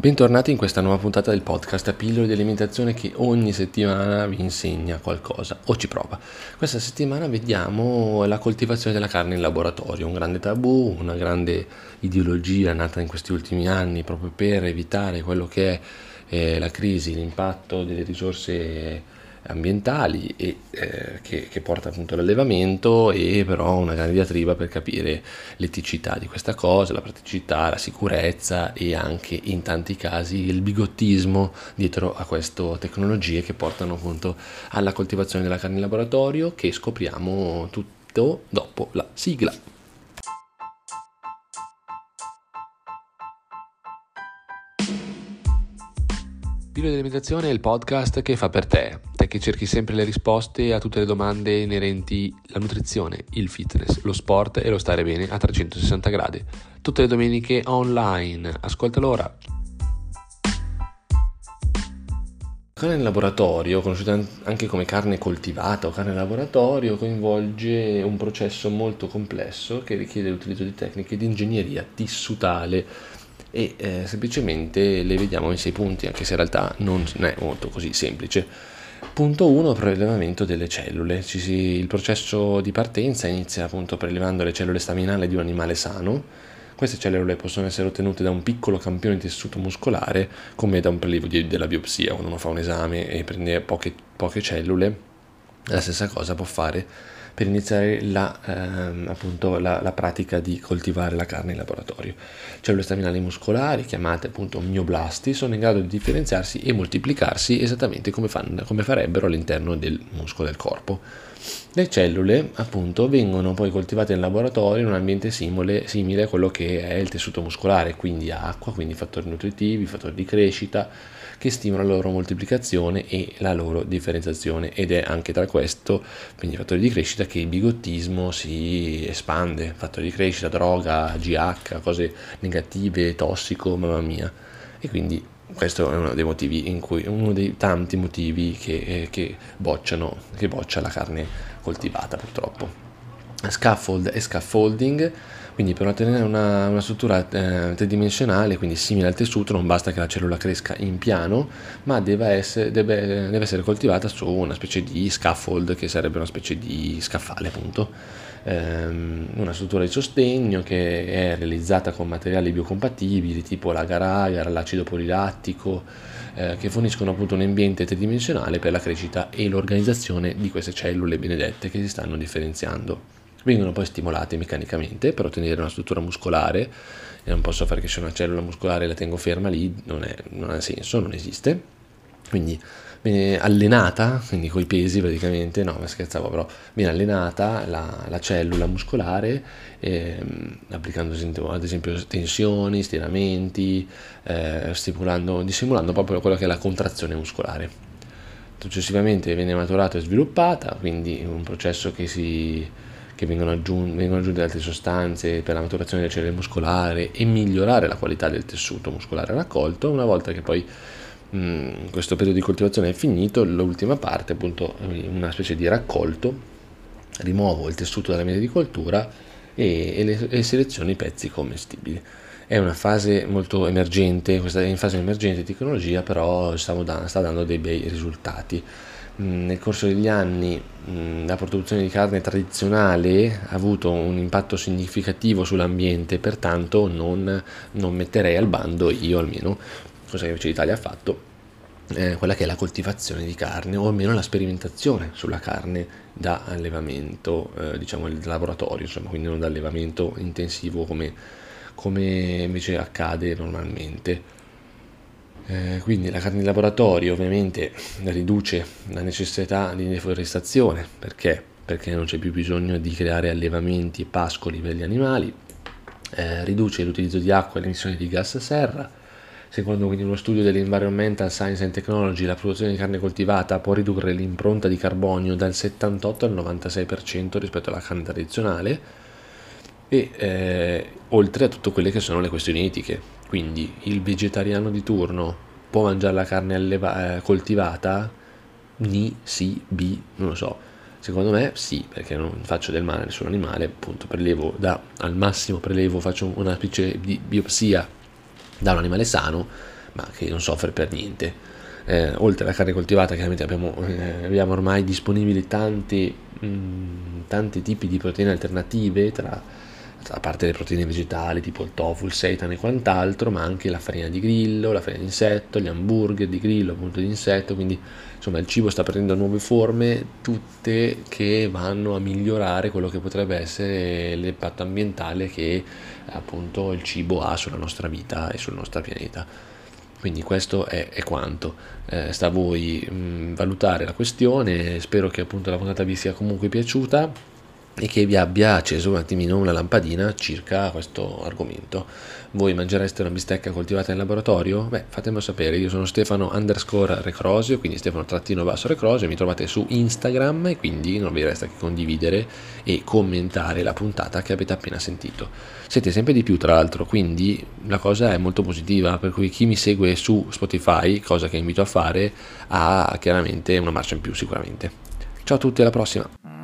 Bentornati in questa nuova puntata del podcast a pillole di alimentazione che ogni settimana vi insegna qualcosa o ci prova. Questa settimana vediamo la coltivazione della carne in laboratorio, un grande tabù, una grande ideologia nata in questi ultimi anni proprio per evitare quello che è la crisi, l'impatto delle risorse ambientali e che porta appunto all'allevamento, e però una grande diatriba per capire l'eticità di questa cosa, la praticità, la sicurezza e anche in tanti casi il bigottismo dietro a queste tecnologie che portano appunto alla coltivazione della carne in laboratorio, che scopriamo tutto dopo la sigla. Pillole di alimentazione è il podcast che fa per te che cerchi sempre le risposte a tutte le domande inerenti alla nutrizione, il fitness, lo sport e lo stare bene a 360 gradi. Tutte le domeniche online. Ascoltalo ora. Carne in laboratorio, conosciuta anche come carne coltivata o carne in laboratorio, coinvolge un processo molto complesso che richiede l'utilizzo di tecniche di ingegneria tissutale e semplicemente le vediamo in 6 punti, anche se in realtà non è molto così semplice. Punto 1, prelevamento delle cellule. Il processo di partenza inizia appunto prelevando le cellule staminali di un animale sano. Queste cellule possono essere ottenute da un piccolo campione di tessuto muscolare, come da un prelievo della biopsia, quando uno fa un esame e prende poche cellule. La stessa cosa può fare per iniziare la pratica di coltivare la carne in laboratorio. Cellule staminali muscolari, chiamate appunto mioblasti, sono in grado di differenziarsi e moltiplicarsi esattamente come farebbero all'interno del muscolo del corpo. Le cellule appunto vengono poi coltivate in laboratorio in un ambiente simile a quello che è il tessuto muscolare, quindi acqua, quindi fattori nutritivi, fattori di crescita che stimolano la loro moltiplicazione e la loro differenziazione, ed è anche tra questo, quindi fattori di crescita, che il bigottismo si espande. Fattori di crescita, droga, GH, cose negative, tossico, mamma mia. E quindi questo è uno dei motivi uno dei tanti motivi che boccia la carne coltivata, purtroppo. Scaffold e scaffolding. Quindi per ottenere una struttura tridimensionale, quindi simile al tessuto, non basta che la cellula cresca in piano, ma deve essere coltivata su una specie di scaffold, che sarebbe una specie di scaffale appunto, una struttura di sostegno che è realizzata con materiali biocompatibili tipo l'agar-agar, l'acido polilattico, che forniscono appunto un ambiente tridimensionale per la crescita e l'organizzazione di queste cellule benedette che si stanno differenziando. Vengono poi stimolate meccanicamente per ottenere una struttura muscolare, e non posso fare che c'è una cellula muscolare e la tengo ferma lì, non ha senso, non esiste. Quindi viene allenata, quindi coi pesi praticamente, no, ma scherzavo, però viene allenata la cellula muscolare, applicando ad esempio tensioni, stiramenti, dissimulando proprio quella che è la contrazione muscolare. Successivamente viene maturata e sviluppata, quindi un processo che vengono aggiunte altre sostanze per la maturazione delle cellule muscolari e migliorare la qualità del tessuto muscolare raccolto. Una volta che poi questo periodo di coltivazione è finito, l'ultima parte appunto una specie di raccolto, rimuovo il tessuto dalla mia di coltura e seleziono i pezzi commestibili. È una fase molto emergente, questa è in fase emergente di tecnologia, però sta dando dei bei risultati. Nel corso degli anni la produzione di carne tradizionale ha avuto un impatto significativo sull'ambiente, pertanto non metterei al bando, io almeno, cosa che invece l'Italia ha fatto, quella che è la coltivazione di carne, o almeno la sperimentazione sulla carne da allevamento, diciamo il laboratorio, insomma, quindi non da allevamento intensivo come invece accade normalmente. Quindi la carne in laboratorio ovviamente riduce la necessità di deforestazione, perché non c'è più bisogno di creare allevamenti e pascoli per gli animali, riduce l'utilizzo di acqua e l'emissione di gas serra. Secondo quindi uno studio dell'Environmental Science and Technology, la produzione di carne coltivata può ridurre l'impronta di carbonio dal 78 al 96% rispetto alla carne tradizionale, e oltre a tutte quelle che sono le questioni etiche. Quindi il vegetariano di turno può mangiare la carne coltivata? Ni, sì, B, non lo so. Secondo me sì, perché non faccio del male a nessun animale, appunto al massimo faccio una specie di biopsia da un animale sano, ma che non soffre per niente. Oltre alla carne coltivata, chiaramente abbiamo ormai disponibili tanti tipi di proteine alternative, a parte le proteine vegetali tipo il tofu, il seitan e quant'altro, ma anche la farina di grillo, la farina di insetto, gli hamburger di grillo appunto di insetto, quindi insomma il cibo sta prendendo nuove forme, tutte che vanno a migliorare quello che potrebbe essere l'impatto ambientale che appunto il cibo ha sulla nostra vita e sul nostro pianeta. Quindi questo è quanto. Sta a voi valutare la questione, spero che appunto la puntata vi sia comunque piaciuta e che vi abbia acceso un attimino una lampadina circa questo argomento. Voi mangereste una bistecca coltivata in laboratorio? Beh, fatemelo sapere, io sono Stefano_Recrosio, quindi Stefano_Recrosio, mi trovate su Instagram e quindi non vi resta che condividere e commentare la puntata che avete appena sentito. Siete sempre di più tra l'altro, quindi la cosa è molto positiva, per cui chi mi segue su Spotify, cosa che invito a fare, ha chiaramente una marcia in più sicuramente. Ciao a tutti, alla prossima!